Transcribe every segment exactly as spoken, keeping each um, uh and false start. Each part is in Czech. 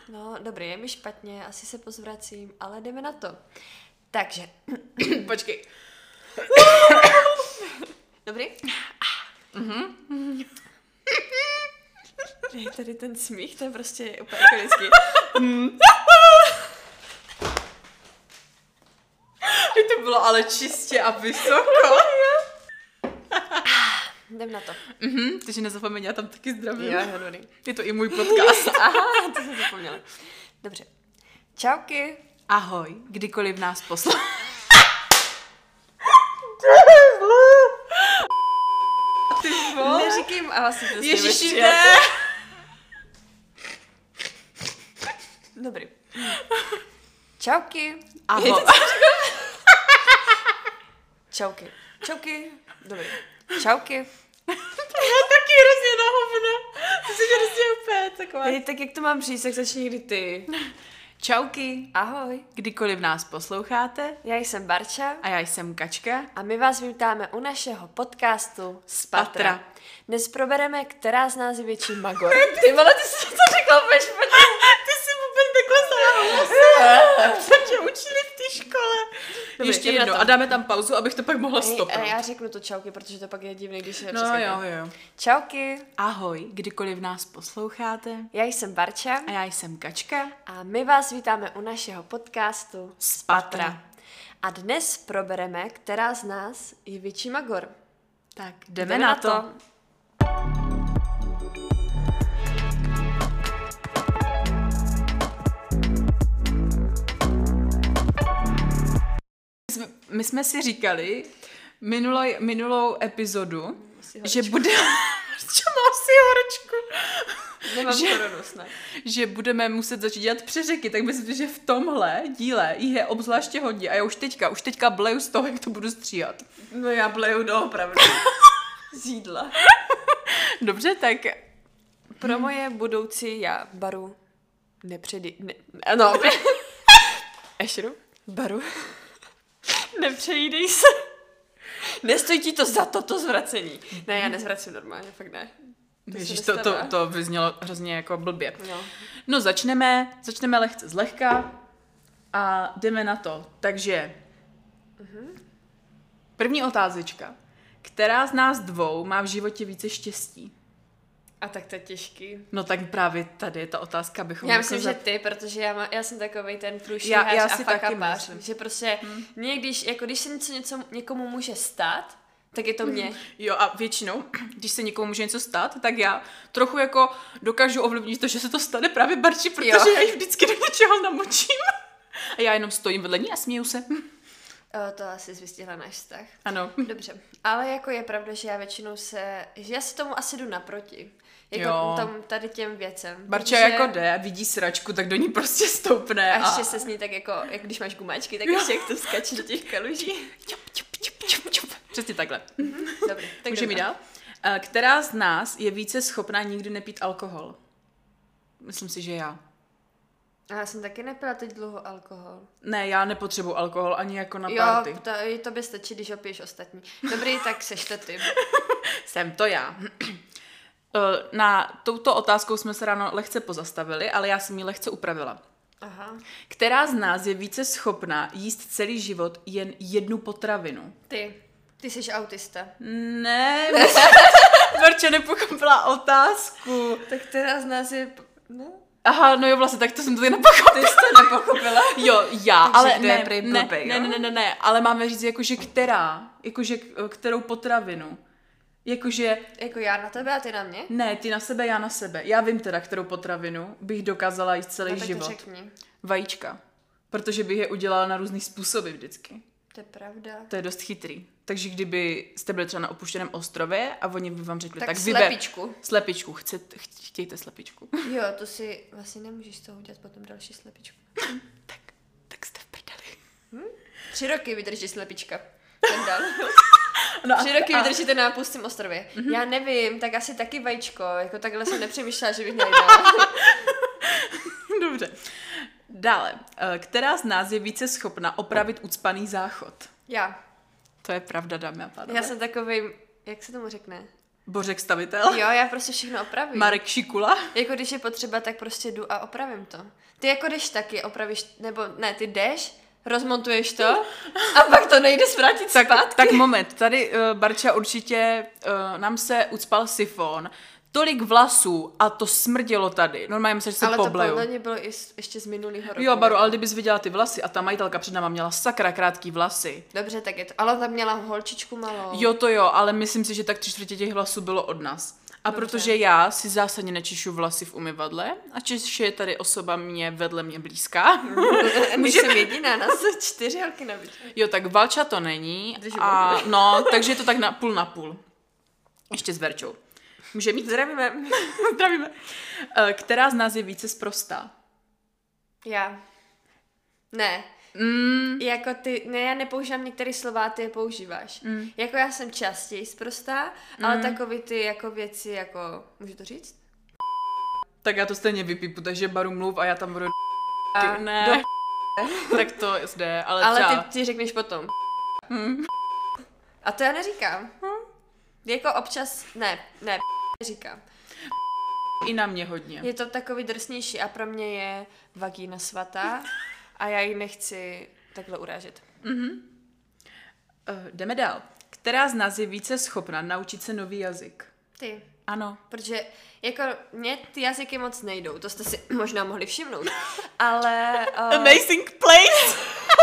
No, dobrý, je mi špatně, asi se pozvracím, ale jdeme na to. Takže. Počkej. Dobrý? Mhm. Je tady ten smích, to je prostě úplně ikonický. To bylo ale čistě a vysoko. Jdem na to. Mhm, takže nezapomeň, já tam taky zdravím. Jo, jo, dobrý. Je to i můj podcast. Aha, to jsem zapomněla. Dobře. Čauky. Ahoj, kdykoliv nás posloucháte. Ty vole. Neříkej jim, a vlastně to Ježiši, ne. Dobrý. Čauky. Ahoj. Čauky. Čauky. Dobrý. Čauky. To je taky hrozně na hovno. To se hrozně úplně taková. Hej, tak jak to mám říct, tak začni někdy ty. Čauky. Ahoj. Kdykoliv nás posloucháte. Já jsem Barča. A já jsem Kačka. A my vás vítáme u našeho podcastu Z patra. Patra. Dnes probereme, která z nás je větší magor. Ty vole, ty jsi to řekla úplně špatně. Ty jsi vůbec takhle zahlasila. Co tě učili v té škole? Dobrý, Ještě jdeme na jedno. to. A dáme tam pauzu, abych to pak mohla Hej, stopnout. a já řeknu to čauky, protože to pak je divný, když je No přeskakuje. jo, jo. Čauky. Ahoj, kdykoliv nás posloucháte. Já jsem Barča. A já jsem Kačka. A my vás vítáme u našeho podcastu Z patra. A dnes probereme, která z nás je větší magor. Tak jdeme, jdeme na to. to. My jsme si říkali minulou, minulou epizodu, že bude... Co má si horečku? Nemám že, koronu snad. Že budeme muset začít dělat přeřeky, tak myslím, že v tomhle díle jich je obzvláště hodně a já už teďka, už teďka bleju z toho, jak to budu stříhat. No já bleju doopravdy. Z jídla. Dobře, tak... Pro moje budoucí já baru nepředy... Ne, no. Ešru? Baru. Nepřejídej se. Nestojí ti to za to, to zvracení. Ne, já nezvracím normálně, fakt ne. To Ježiš, to, to, to vyznělo hrozně jako blbě. No, no začneme, začneme lehce zlehka a jdeme na to. Takže uh-huh. První otázečka. Která z nás dvou má v životě více štěstí? A tak to je těžký. No tak právě tady je ta otázka, bychom... Já jako myslím, za... že ty, protože já, má, já jsem takovej ten průšvihář já, já a si taky fakapář. myslím. Že prostě hmm. někdyž, jako když se něco, něco někomu může stát, tak je to mě. Jo a většinou, když se někomu může něco stát, tak já trochu jako dokážu ovlivnit to, že se to stane právě Barči, protože jo. Já ji vždycky do něčeho namočím. A já jenom stojím vedle ní a směju se. O, to asi zvystihla náš vztah. Ano. Dobře. Ale jako je pravda, že já většinou se, že já se tomu asi jdu naproti. Jako jo. Tom, tady těm věcem. Barča protože... jako jde, vidí sračku, tak do ní prostě stoupne. A a ještě se s ní tak jako, jak když máš gumáčky, tak ještě jak to skačí do těch kaluží. Čup, čup, čup, čup, čup. Přesně takhle. Mm-hmm. Dobrý. Tak může mi dál? Která z nás je více schopná nikdy nepít alkohol? Myslím si, že já. A já jsem taky nepila teď dlouho alkohol. Ne, já nepotřebuji alkohol ani jako na jo, party. Jo, to, to by stačí, když opiješ ostatní. Dobrý, tak seš to ty. Jsem to já. Na touto otázkou jsme se ráno lehce pozastavili, ale já jsem ji lehce upravila. Aha. Která z nás je více schopná jíst celý život jen jednu potravinu? Ty. Ty jsi autista. Ne, Barča nepochopila otázku. Tak která z nás je... No? Aha, no jo, vlastně, tak to jsem to nepochopila. Ty jsi to nepochopila? Jo, já, takže ale ne, ne, blbej, ne, jo? ne, ne, ne, ne, ale máme říct jakože která, jakože kterou potravinu. Jakože... Jako já na tebe a ty na mě? Ne, ty na sebe, já na sebe. Já vím teda, kterou potravinu bych dokázala jíst celý no, tak život. To řekni. Vajíčka. Protože bych je udělala na různý způsoby vždycky. To je pravda. To je dost chytrý. Takže kdyby jste byli třeba na opuštěném ostrově a oni by vám řekli, tak, tak vyber... slepičku. Slepičku. Chcete, chtějte slepičku. Jo, to si vlastně nemůžeš z toho udělat potom další slepičku. tak, tak jste v prdeli. Hm? Tři roky vydrží slepička. Ten dan. No Tři roky a... vydržíte na pustém ostrově. Mm-hmm. Já nevím, tak asi taky vajíčko. Jako takhle jsem nepřemýšlela, že bych nejdala. Dobře. Dále. Která z nás je více schopna opravit ucpaný záchod? Já. To je pravda, dámy a pánové. Já jsem takovej, jak se tomu řekne? Bořek stavitel. Jo, já prostě všechno opravím. Marek Šikula. Jako když je potřeba, tak prostě jdu a opravím to. Ty jako jdeš taky, opravíš, nebo ne, ty jdeš, rozmontuješ to a pak to nejde zvrátit tak, zpátky. tak moment, tady uh, Barča určitě, uh, nám se ucpal sifon, tolik vlasů a to smrdělo tady. Normálně myslím, že se ale pobleju. Ale to podle mě bylo i z, ještě z minulého roku. Jo, Baru, ale kdybys viděla ty vlasy a ta majitelka před náma měla sakra krátký vlasy. Dobře, tak je to. Ale tam měla holčičku malou. Jo, to jo, ale myslím si, že tak tři čtvrtě těch vlasů bylo od nás. A Dobře. protože já si zásadně nečišu vlasy v umyvadle a češi je tady osoba mě vedle mě blízká. Může... jsem jediná, nás jsou čtyři holky na bytě. Jo, tak Valča to není. A, no, takže je to tak na půl na půl. Ještě s Verčou. Může mít? Zdravíme. Zdravíme. Která z nás je více sprostá? Já. Ne. Mm. Jako ty, ne, já nepoužívám některé slova, ty je používáš. Mm. Jako já jsem častěji sprostá, mm. ale takový ty jako věci, jako, můžu to říct? Tak já to stejně vypípu, takže Baru mluv a já tam budu A ne. Do... tak to jde, ale Ale třeba... ty, ty řekneš potom. Hmm. A to já neříkám. Hm? Jako občas, ne, ne, neříkám. I na mě hodně. Je to takový drsnější a pro mě je vagína svatá a já ji nechci takhle urážet. Mm-hmm. Uh, jdeme dál. Která z nás je více schopna naučit se nový jazyk? Ty. Ano. Protože jako mě ty jazyky moc nejdou, to jste si možná mohli všimnout, ale... Uh, Amazing place!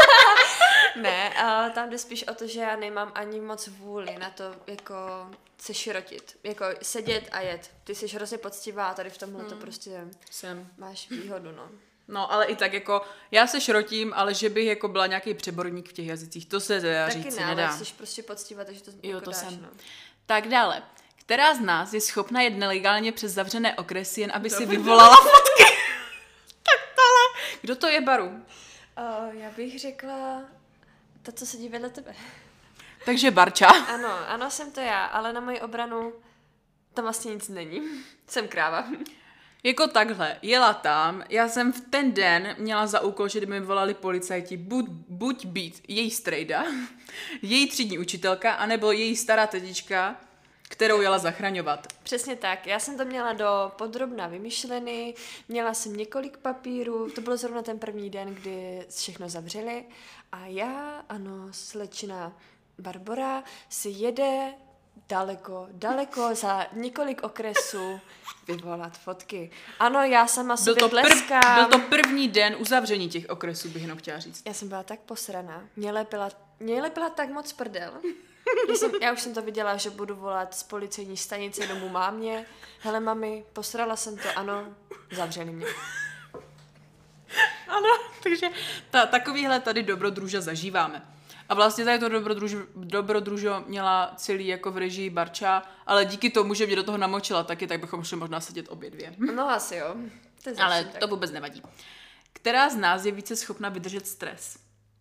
ne, uh, tam jde spíš o to, že já nemám ani moc vůli na to jako se širotit, jako sedět a jet. Ty jsi hrozně poctivá a tady v tomhle hmm. to prostě Jsem. máš výhodu, no. No, ale i tak jako, já se šrotím, ale že bych jako byla nějaký přeborník v těch jazycích, to se teda Taky říct ne, nedá. ale jsi prostě poctivá, takže to Jo, jako to dáš, jsem. no. Tak dále. Která z nás je schopna jet nelegálně přes zavřené okresy, jen aby Dobře. si vyvolala fotky? Tak tohle. Kdo to je, Baru? Uh, já bych řekla to, co sedí vedle tebe. Takže Barča. Ano, ano, jsem to já, ale na moji obranu tam vlastně nic není. Jsem kráva. Jako takhle, jela tam, já jsem v ten den měla za úkol, že kdyby mi volali policajti, buď, buď být její strejda, její třídní učitelka, anebo její stará tetička, kterou jela zachraňovat. Přesně tak, já jsem to měla do podrobna vymyšlený, měla jsem několik papírů, to byl zrovna ten první den, kdy všechno zavřeli a já, ano, slečna Barbora si jede daleko, daleko za několik okresů vyvolat fotky. Ano, já sama sobě byl to, tleskám. Prv, byl to první den uzavření těch okresů, bych jenom chtěla říct. Já jsem byla tak posraná. Mě lepila, mě lepila tak moc prdel. Já, jsem, já už jsem to viděla, že budu volat z policejní stanice domů mámě. Hele mami, posrala jsem to, ano, zavřeli mě. Ano, takže ta, takovýhle tady dobrodruža zažíváme. A vlastně tady to dobrodružo, dobrodružo měla celý jako v režii Barča, ale díky tomu, že mě do toho namočila taky, tak bychom šli možná sedět obě dvě. No asi jo. To ale tak. to vůbec nevadí. Která z nás je více schopna vydržet stres?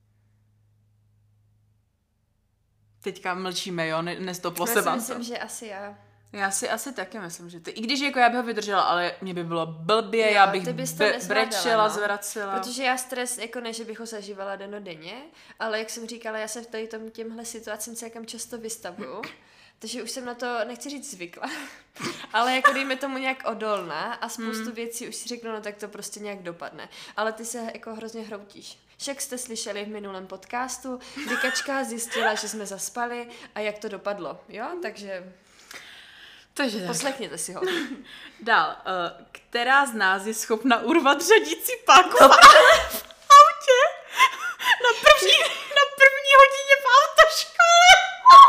Teďka mlčíme, jo? Nestoplo se vám to. Já si myslím, že asi já. Já si asi taky myslím, že ty. I když jako já bych ho vydržela, ale mě by bylo blbě, Jo, já bych be- brečela, no. zvracela. Protože já stres, jako ne, že bych ho zažívala denodenně, ale jak jsem říkala, já se v tady tom těmhle situacím celkem často vystavuju. Takže už jsem na to, nechci říct zvykla, ale jako dejme tomu nějak odolná a spoustu hmm. věcí už si řeknu, no tak to prostě nějak dopadne. Ale ty se jako hrozně hroutíš. Však jste slyšeli v minulém podcastu, kdy Kačka zjistila, že jsme zaspali a jak to dopadlo, jo? Takže, Takže tak. Poslechněte si ho. Dál. Uh, která z nás je schopna urvat řadící páku v autě na první, na první hodině v autoškole?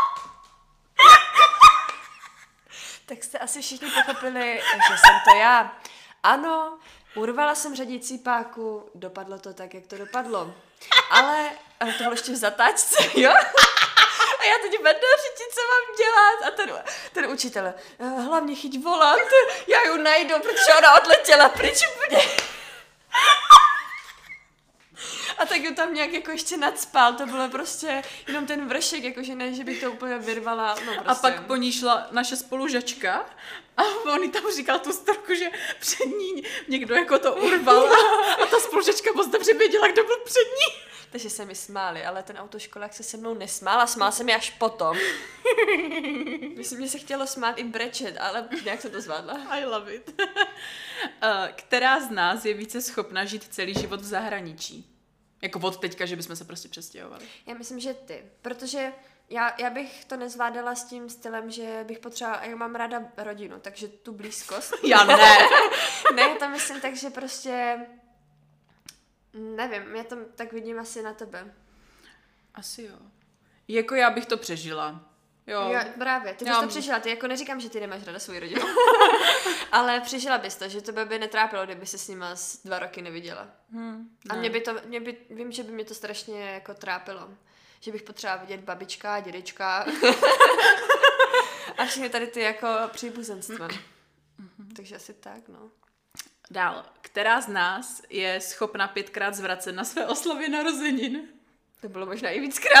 Tak jste asi všichni pochopili, že jsem to já. Ano, urvala jsem řadící páku, dopadlo to tak, jak to dopadlo. Ale, ale to bylo ještě v zatáčce, jo? A já teď vedle říct, co mám dělat. A ten, ten učitel, hlavně chyť volant, já ju najdu, protože ona odletěla pryč úplně. A tak ju tam nějak jako ještě nadspal, to bylo prostě jenom ten vršek, jakože ne, že bych to úplně vyrvala. No prostě. A pak po ní šla naše spolužačka a on jí tam říkal tu storku, že před ní někdo jako to urval a ta spolužačka moc dobře věděla, kdo byl před ní. takže se mi smáli, ale ten autoškolák se se mnou nesmál a smál se mi až potom. Myslím, že se chtělo smát i brečet, ale nějak jsem to zvládla. I love it. Která z nás je více schopna žít celý život v zahraničí? Jako od teďka, že bychom se prostě přestěhovali. Já myslím, že ty, protože já, já bych to nezvládala s tím stylem, že bych potřebovala, já mám ráda rodinu, takže tu blízkost. Já ne. Ne, já to myslím tak, že prostě, nevím, já to tak vidím asi na tebe. Asi jo. Jako já bych to přežila. Jo. Jo, právě, ty bys Já... to přežila, ty jako neříkám, že ty nemáš ráda svou rodinu, ale přežila bys to, že tebe by netrápilo, kdyby se s nima dva roky neviděla. Hmm, A ne. mě by to, mě by, vím, že by mě to strašně jako trápilo, že bych potřebovala vidět babička, dědečka a všechny tady ty jako příbuzenstva. Takže asi tak, no. Dál. Která z nás je schopna pětkrát zvracet na své oslavě narozenin? To bylo možná i víckrát.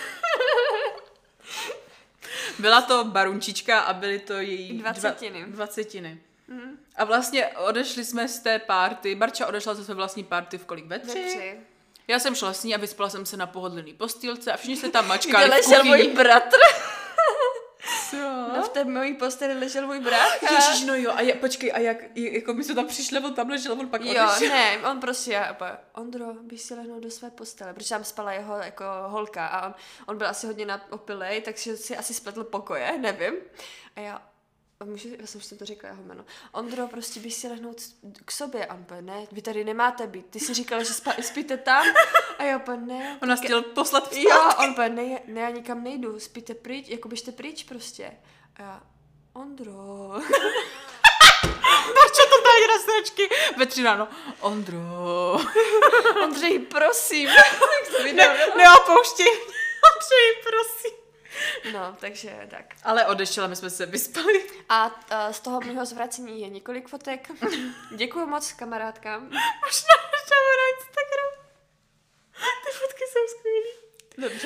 Byla to barunčička a byly to její Dvacetiny. Dva, dvacetiny. Mm. A vlastně odešli jsme z té party. Barča odešla ze své vlastní party v kolik? Ve Ve tři? tři. Já jsem šla s ní a vyspala jsem se na pohodlný postýlce a všichni se tam mačkali Kde v ležel můj kuchyni. bratr. Co? No v té mojí posteli ležel můj brácha. Ježiš, no jo, a je, počkej, a jak, jako my jsme tam přišli, on tam ležel, on pak Jo, odešel. ne, on prostě, já, opa, Ondro, bys si lehnul do své postele, protože tam spala jeho jako holka a on, on byl asi hodně opilej, takže si asi spletl pokoje, nevím. A já, a můžu, já jsem už to řekla jeho jméno, Ondro, prostě bys si lehnout k sobě. A on byl, ne, vy tady nemáte být, ty jsi říkala, že spa, spíte tam. A já úplně, ne. On nás chtěl poslat zpátky. Jo, on byl, ne, ne, já nikam nejdu, spíte pryč, jako běžte pryč prostě. A já, Ondro. Barča to tady na sračky. Ve tři ráno. Ondro. Ondřej, prosím. Ne, neopouštěj. Ondřej, prosím. No, takže tak. Ale odešla, my jsme se vyspali. A uh, z toho mého zvracení je několik fotek. Děkuju moc kamarádkám. Možná dáme na Instagram. Ty fotky jsou skvělý. Dobře.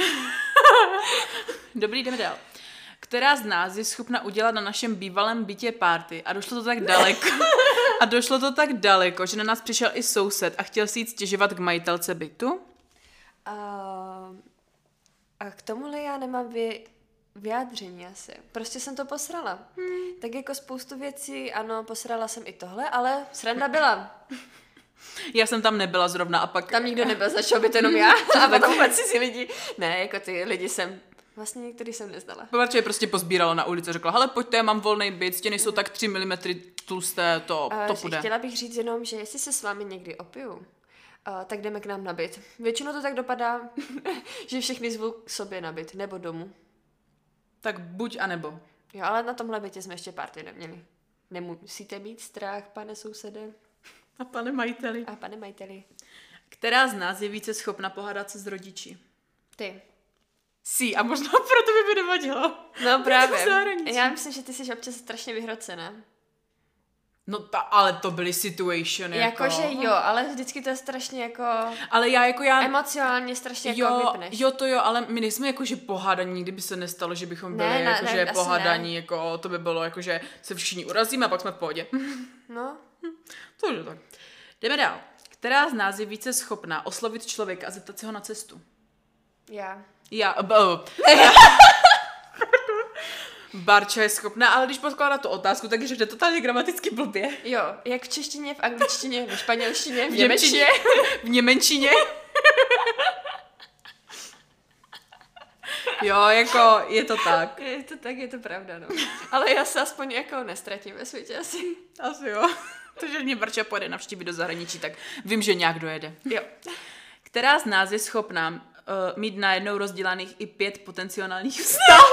Dobrý, jdeme dál. Která z nás je schopna udělat na našem bývalém bytě party a došlo to tak daleko. A došlo to tak daleko, že na nás přišel i soused a chtěl si jít stěžovat k majitelce bytu? Uh, a k tomuhle já nemám vy, vyjádření asi. Prostě jsem to posrala. Hmm. Tak jako spoustu věcí, ano, posrala jsem i tohle, ale sranda byla. Já jsem tam nebyla zrovna a pak... Tam nikdo nebyl, začal by to jenom já. A potom vůbec si lidi. Ne, jako ty lidi jsem... Vlastně některý jsem neznala. Barča je prostě pozbírala na ulici, řekla, hele, pojďte, já mám volný byt, stěny jsou tak tři milimetry tlusté, to, to půjde. Chtěla bych říct jenom, že jestli se s vámi někdy opiju, uh, tak jdeme k nám na byt. Většinou to tak dopadá, že všechny zvu k sobě na byt, nebo domů. Tak buď a nebo. Jo, ale na tomhle bytě jsme ještě party neměli. Nemusíte mít strach, pane sousede. A pane majiteli. A pane majiteli. Která z nás je více schopna pohádat se s rodiči? Ty. Sí, a možná proto by mi nevadilo. No právě. Já myslím, že ty jsi občas strašně vyhrocená. No ta, ale to byly situation jako... Jakože jo, ale vždycky to je strašně jako... Ale já jako já... Emocionálně strašně jo, jako vypneš. Jo, to jo, ale my nejsme jako, že pohádaní, nikdy by se nestalo, že bychom byli ne, ne, jako, ne, že asi pohádaní, ne. jako to by bylo jako, že se všichni urazíme a pak jsme v pohodě. No. To je tak. Jdeme dál. Která z nás je více schopná oslovit člověka a zeptat se ho na cestu? Já. Já, b- Barča je schopná, ale když poskládá tu otázku, tak je řekne totálně gramaticky blbě. Jo, jak v češtině, v angličtině, v španělštině, v V němčině. v němenčině. Jo, jako je to tak. Je to tak, je to pravda, no. Ale já se aspoň jako nestratím ve světě asi. Asi jo. To, že mě Barča pojede navštívit do zahraničí, tak vím, že nějak dojede. Jo. Která z nás je schopná uh, mít najednou rozdělaných i pět potenciálních vztahů?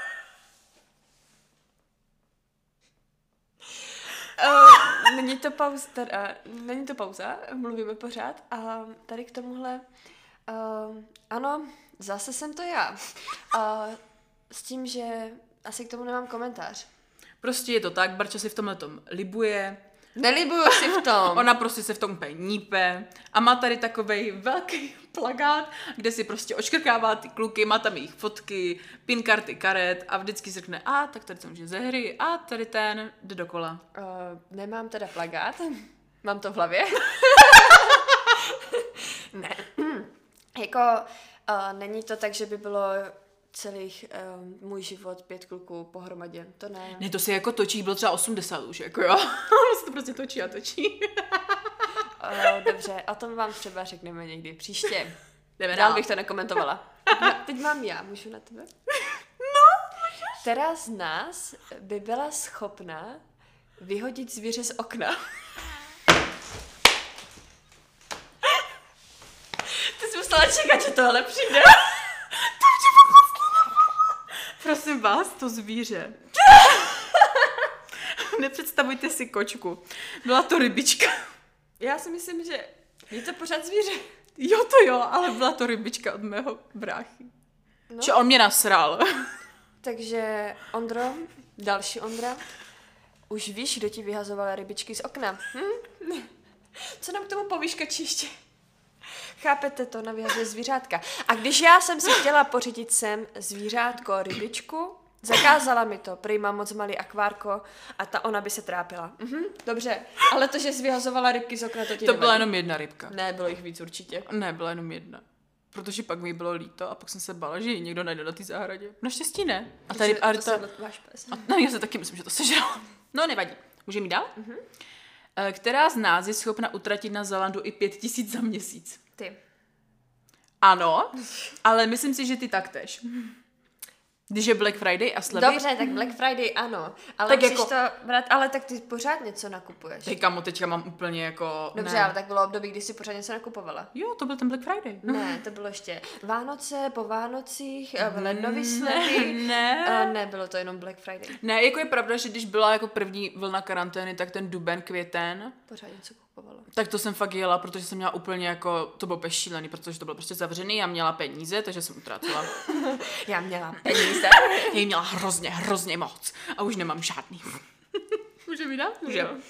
Uh, není to pauza, teda, není to pauza, mluvíme pořád a tady k tomuhle, uh, ano, zase jsem to já. Uh, s tím, že asi k tomu nemám komentář. Prostě je to tak, Barča si v tomhle tom libuje. Nelibuju si v tom. Ona prostě se v tom úplně nípe a má tady takovej velký plakát, kde si prostě očkrkává ty kluky, má tam jejich fotky, pin karty karet a vždycky si řekne, a tak tady jsem ze hry a tady ten jde dokola. Uh, nemám teda plagát, mám to v hlavě. Ne. Jako uh, není to tak, že by bylo celých um, můj život pět kluků pohromadě, to ne. Ne, to se jako točí, bylo třeba osmdesát už, jako jo. Ono se to prostě točí a točí. uh, dobře, o tom vám třeba řekneme někdy příště. Jdeme Dál dál. bych to nekomentovala. Teď mám já, můžu na tebe? No, Která z nás by byla schopna vyhodit zvíře z okna? Ty jsi musela čekat, že tohle přijde. prosím vás, to zvíře. Nepředstavujte si kočku. Byla to rybička. Já si myslím, že je to pořád zvíře. Jo, to jo, ale byla to rybička od mého bráchy. No. Že on mě nasral. Takže Ondro, další Ondra, už víš, kdo ti vyhazoval rybičky z okna. Hm? Co nám k tomu povíš, kačiště? Chápete to, na vyhazuje zvířátka. A když já jsem si chtěla pořídit sem zvířátko, rybičku, zakázala mi to, prý mám moc malý akvárko a ta ona by se trápila. Mhm, dobře, ale to, že jsi vyhazovala rybky z okna, to ti To nevadí. byla jenom jedna rybka. Ne, bylo jich víc určitě. Ne, byla jenom jedna. Protože pak mi jí bylo líto a pak jsem se bála, že ji někdo najde na té zahradě. Naštěstí ne. A tady, Takže a to ta, se váš pes. a, no, já se taky myslím, že to sežrala. No, nevadí. Můžeme jít dál? Mhm. Eh, Která z nás je schopna utratit na Zelandu i pět tisíc za měsíc? Ty. Ano, ale myslím si, že ty taktéž. Když je Black Friday a slevy... Dobře, tak Black Friday ano, ale Tak tak jako- to brát, ale tak ty pořád něco nakupuješ. Teď kamo, teďka mám úplně jako... Dobře, ne. ale tak bylo období, kdy jsi pořád něco nakupovala. Jo, to byl ten Black Friday. Ne, to bylo ještě Vánoce, po Vánocích, v lednový slevy. Ne. A ne, bylo to jenom Black Friday. Ne, jako je pravda, že když byla jako první vlna karantény, tak ten duben, květen, Pořád něco kupovala. tak to jsem fakt jela, protože jsem měla úplně jako, to bylo pešílený, protože to bylo prostě zavřený, já měla peníze, takže jsem utratila. Já měla peníze. Já jí měla hrozně, hrozně moc a už nemám žádný. Může mi dát? Může. Uh,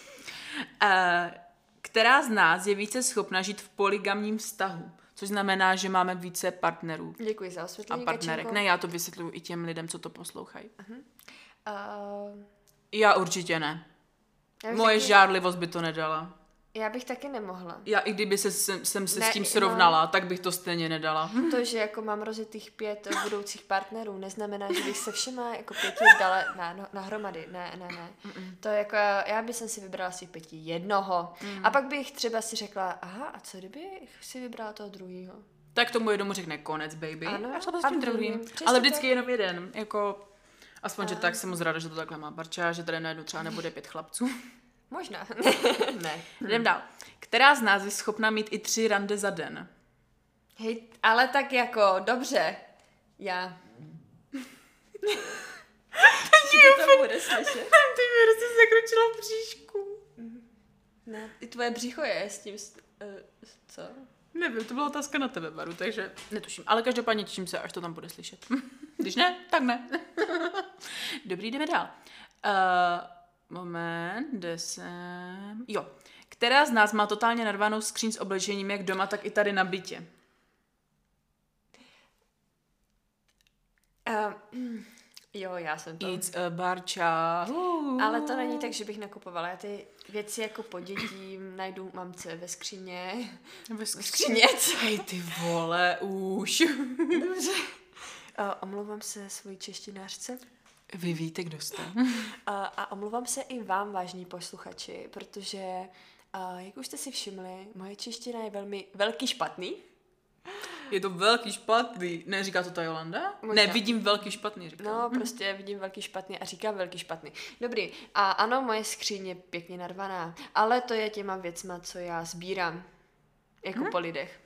která z nás je více schopna žít v polygamním vztahu? Což znamená, že máme více partnerů Děkuji za a osvětlení, partnerek. Kačenko. Ne, já to vysvětluju i těm lidem, co to poslouchají. Uh, Já určitě ne. já, bych Moje taky, žárlivost by to nedala. já bych taky nemohla. Já i kdyby se, jsem, jsem se Ne, s tím no. srovnala, tak bych to stejně nedala. To, že jako mám rozjetých pět budoucích partnerů, neznamená, že bych se všema jako pěti dala na, no, nahromady. Ne, ne, ne. Mm-mm. To jako, já bych si vybrala si pěti jednoho. Mm. A pak bych třeba si řekla, aha, a co kdybych si vybrala toho druhýho? Tak tomu jednomu řekne konec, baby. Ano, a co s a tím druhým. druhým. Přesně Ale tak. vždycky jenom jeden. Jako, aspoň, A- že tak jsem moc ráda, že to takhle má Barča, že tady najednou třeba nebude pět chlapců. Možná. ne. Jdem dál. Která z nás je schopna mít i tři rande za den? Hej, ale tak jako, dobře. Já. Teď to bude slyšet. Ty mi prostě zakročila v bříšku. Ne, i tvoje břicho je s tím, uh, co? Nevím, to byla otázka na tebe, Baru, takže netuším. Ale každopádně těším se, až to tam bude slyšet. Když ne, tak ne. Dobrý, jdeme dál. Uh, moment, kde jsem... Jo. Která z nás má totálně narvanou skříň s oblečením jak doma, tak i tady na bytě? Uh, jo, já jsem to. It's a Barča. Uh. Ale to není tak, že bych nakupovala. Já ty věci jako podědím, najdu mamce ve skříně. Ve skříně. Hej, ty vole, už. Dobře. Uh, omlouvám se svojí češtinářce. Vy víte, kdo jste. Uh, a omlouvám se i vám, vážní posluchači, protože, uh, jak už jste si všimli, moje čeština je velmi velký špatný. Je to velký špatný. Ne, říká to ta Jolanda? Možná. Ne, vidím velký špatný, říká. No, prostě vidím velký špatný a říkám velký špatný. Dobrý. A ano, moje skříň je pěkně narvaná, ale to je těma věcma, co já sbírám. Jako hmm? po lidech.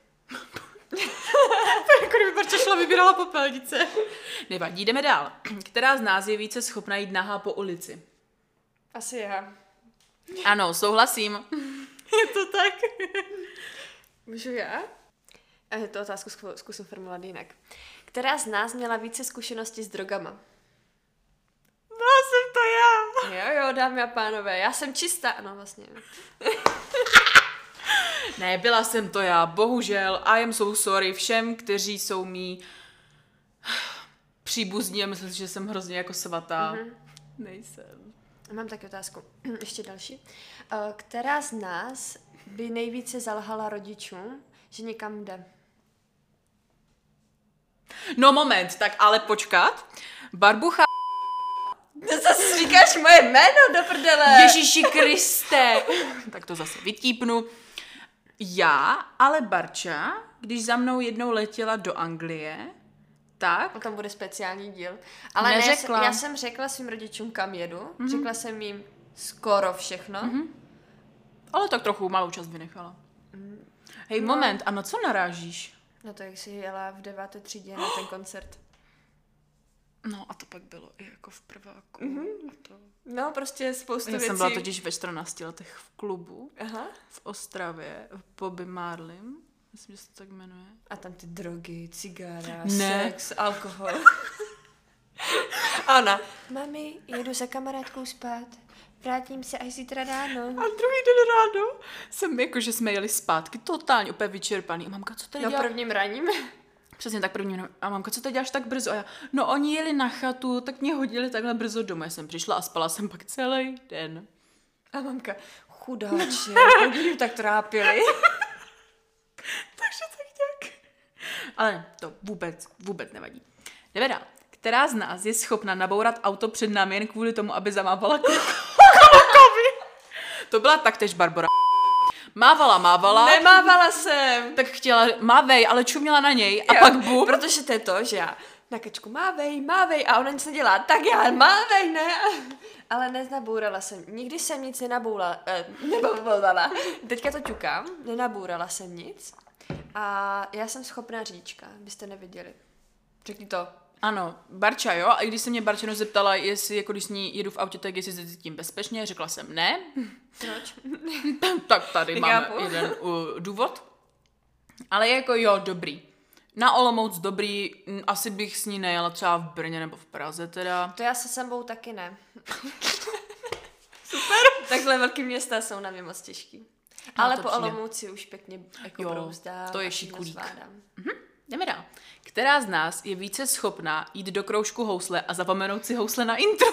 Jako kdyby Barča šla vybírala popelnice. Nevadí, jdeme dál. Která z nás je více schopna jít nahá po ulici? Asi já. Ano, souhlasím. Je to tak. Můžu já? A tu otázku zku- zkusím formulovat jinak. Která z nás měla více zkušeností s drogama? Byla jsem to já. Jo, jo, dámy a pánové, já jsem čistá. No vlastně. Ne, byla jsem to já, bohužel. I am so sorry všem, kteří jsou mý příbuzní a myslím si, že jsem hrozně jako svatá. Mhm. Nejsem. Mám taky otázku. Ještě další. Eh, Která z nás by nejvíce zalhala rodičům, že někam jde? No moment, tak ale počkat. Barbucha... No zase říkáš moje jméno do prdele. Ježíši Kriste. Tak to zase vytípnu. Já, ale Barča, když za mnou jednou letěla do Anglie, tak... O tom bude speciální díl. Ale ne, Neřekla. já jsem řekla svým rodičům, kam jedu. Mm-hmm. Řekla jsem jim skoro všechno. Mm-hmm. Ale tak trochu malou část vynechala. Hej, No. moment, a na co narážíš? No to, jak jsi jela v deváté třídě na ten koncert. No a to pak bylo i jako v prváku. Mhm. A to... No, prostě spoustu Já věcí. jsem byla totiž ve čtrnácti letech v klubu Aha. v Ostravě, v Bobby Marlim. Myslím, že se to tak jmenuje. A tam ty drogy, cigára, Ne. sex, alkohol. Ona. Mami, jedu za kamarádkou spát. Vrátím se až zítra ráno. A druhý den ráno jsem jako, že jsme jeli zpátky, totálně úplně vyčerpaný. A mamka, co tady No dělá? prvním raním. Přesně tak první. A mamka, co tady děláš tak brzo? A já, no oni jeli na chatu, tak mě hodili takhle brzo domů. Já jsem přišla a spala jsem pak celý den. A mamka, chudáče, chodí tak trápili. Takže tak nějak. Ale to vůbec, vůbec nevadí. Jdeme dál. Která z nás je schopna nabourat auto před námi jen kvůli tomu, aby zamávala klukovi? To byla taktéž Barbora. Mávala, mávala. Nemávala jsem. Tak chtěla, mávej, ale čuměla na něj a Jo, pak bum. Protože to je to, že já na kačku mávej, mávej a ona nic nedělá, tak já mávej, ne? Ale nenabourala jsem, nikdy jsem nic nenabourala, eh, nenabourala. Teďka to ťukám, nenabourala jsem nic a já jsem schopná říčka, byste neviděli. Řekni to. Ano, Barča, jo, a i když se mě Barča zeptala, jestli jako když s ní jedu v autě, tak jestli se cítím bezpečně, řekla jsem ne. Proč? Tak tady máme Nechápu. jeden uh, důvod. Ale jako jo, dobrý. Na Olomouc dobrý, m, asi bych s ní nejela třeba v Brně nebo v Praze teda. To já se sebou taky ne. Super. Takhle velký města jsou na mě moc těžký. No, Ale to po přijde. Olomouci už pěkně jako Jo, brouzdám to je a všechno šikulík. zvládám. Jdeme dál. Která z nás je více schopná jít do kroužku housle a zapomenout si housle na intro?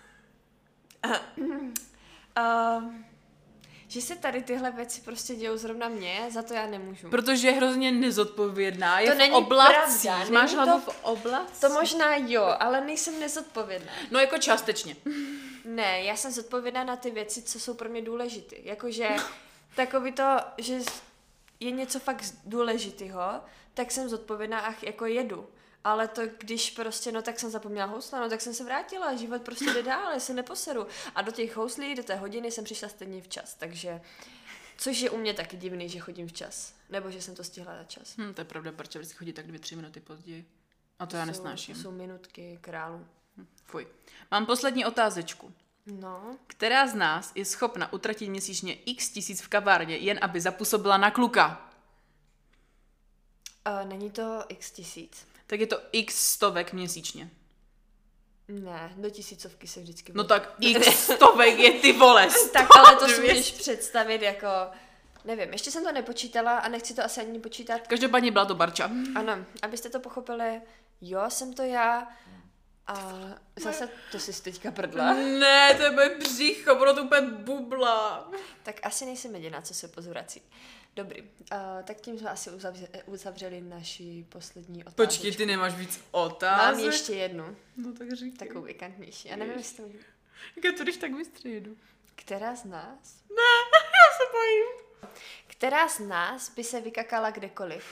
Uh, že se tady tyhle věci prostě dějou zrovna mně, za to já nemůžu. Protože je hrozně nezodpovědná, je To v není oblacích. pravda, Máš není hlavu to- v oblacích? To možná jo, ale nejsem nezodpovědná. No jako částečně. Ne, já jsem zodpovědná na ty věci, co jsou pro mě důležité. Jakože takový to, že je něco fakt důležitého, tak jsem zodpovědná a jako jedu. Ale to, když prostě, no tak jsem zapomněla housla, no tak jsem se vrátila, život prostě jde dál, já se neposeru. A do těch houslí, do té hodiny jsem přišla stejně včas, takže, což je u mě taky divný, že chodím včas, nebo že jsem to stihla na čas. Hm, to je pravda, Barča vždycky chodí tak dvě, tři minuty později. A to já Jsou- nesnáším. To jsou minutky králu. Fuj. Mám poslední otázečku. No, Která z nás je schopna utratit měsíčně x tisíc v kavárně, jen aby zapůsobila na kluka? uh, není to x tisíc. Tak je to x stovek měsíčně. Ne, do tisícovky se vždycky... No tak x stovek je ty vole. Tak ale to si dvě- můžeš představit jako, nevím, ještě jsem to nepočítala a nechci to asi ani počítat. Každopádně byla to Barča. Ano, abyste to pochopili, jo, jsem to já a zase to si teďka prdla. Ne, to je moje břicho, bylo to úplně bubla. Tak asi nejsem jediná, co se pozvrací. Dobrý, uh, tak tím jsme asi uzavře, uzavřeli naši poslední otázku. Počkej, ty nemáš víc otázek? Mám ještě jednu, No tak říkej. takovou pikantnější. Já nevím, jestli to můžu. Jak to když tak vystřejdu. Která z nás? Ne, já se bojím. Která z nás by se vykakala kdekoliv?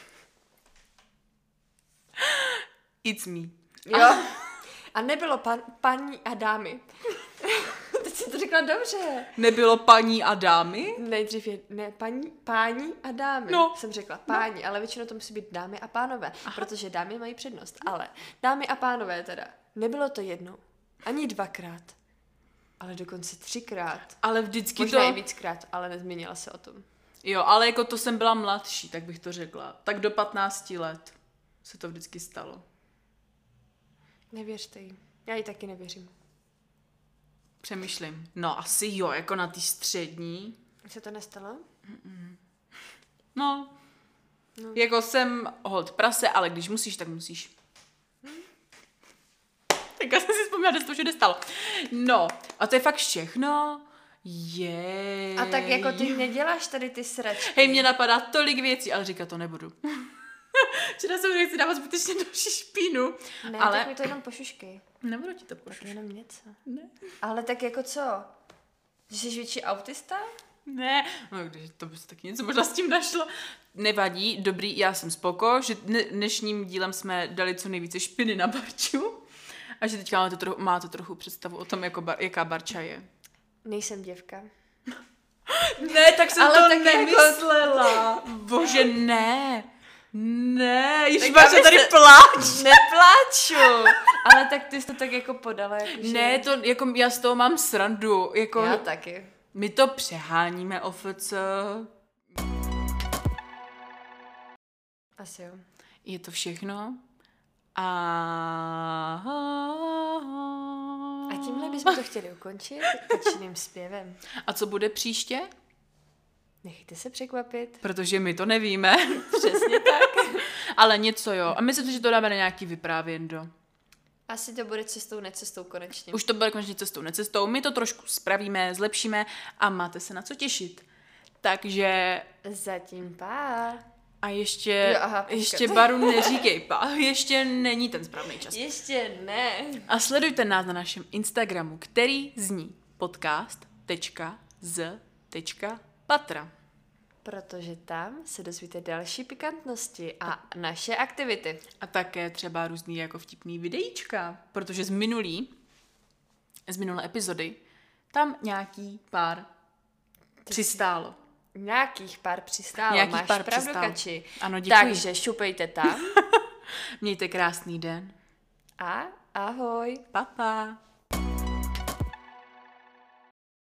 It's me. Jo. A nebylo pan, paní a dámy. Teď jsem to řekla dobře. Nebylo paní a dámy? Nejdřív je, ne, paní, páni a dámy. No. Jsem řekla páni, ale většinou to musí být dámy a pánové, Aha. protože dámy mají přednost. Ale dámy a pánové teda. Nebylo to jednou, ani dvakrát, ale dokonce třikrát. Ale vždycky Možná to... i víckrát, ale nezmínila se o tom. Jo, ale jako to jsem byla mladší, tak bych to řekla. Tak do patnácti let se to vždycky stalo. Nevěřte jí. Já jí taky nevěřím. Přemýšlím. No asi jo, jako na té střední. Se to nestalo? No, No. jako jsem hold prase, ale když musíš, tak musíš. Tak já jsem si vzpomněla, že se to všude stalo. No, a to je fakt všechno. Je. A tak jako ty neděláš tady ty sračky. Hej, mě napadá tolik věcí, ale říkat to nebudu. Včera jsem nechci dávat zbytečně další špínu. Ne, ale... tak mi to jenom pošuškej. Nebudu ti to Tak pošuškat. jenom něco. Ne. Ale tak jako co? Že jsi větší autista? Ne, no když to by se taky něco možná s tím našlo. Nevadí, dobrý, já jsem spoko, že dne, dnešním dílem jsme dali co nejvíce špiny na Barču a že teďka má to, trochu, má to trochu představu o tom, jako bar, jaká Barča je. Nejsem děvka. Ne, tak jsem Ale to tak nemyslela. Bože, ne. Ne, již Tak Barča abyste- tady pláč. Nepláču! Ale tak ty jsi to tak jako podala, jako že... Ne, to jako já z toho mám srandu. Jako, Já taky. my to přeháníme, O F C. Asi jo. Je to všechno. A... A tímhle bychom to chtěli ukončit tačným zpěvem. A co bude příště? Nechejte se překvapit. Protože my to nevíme. Přesně tak. Ale něco jo. A myslím si, že to dáme na nějaký vyprávěndo. Asi to bude cestou, necestou konečně. Už to bude konečně cestou, necestou. My to trošku spravíme, zlepšíme a máte se na co těšit. Takže... Zatím pá. A ještě... Jo, aha, počkat. ještě Baru neříkej pa. Ještě není ten správný čas. Ještě ne. A sledujte nás na našem Instagramu, který zní podcast tečka z tečka patra. Protože tam se dozvíte další pikantnosti a naše aktivity. A také třeba různý jako vtipný videíčka, protože z minulý, z minulé epizody, tam nějaký pár přistálo. Nějakých pár přistálo. Nějakých Máš pár pravdu, přistálo. Kači. Ano, děkuji. Takže šupejte tam Mějte krásný den. a ahoj. Pa, pa.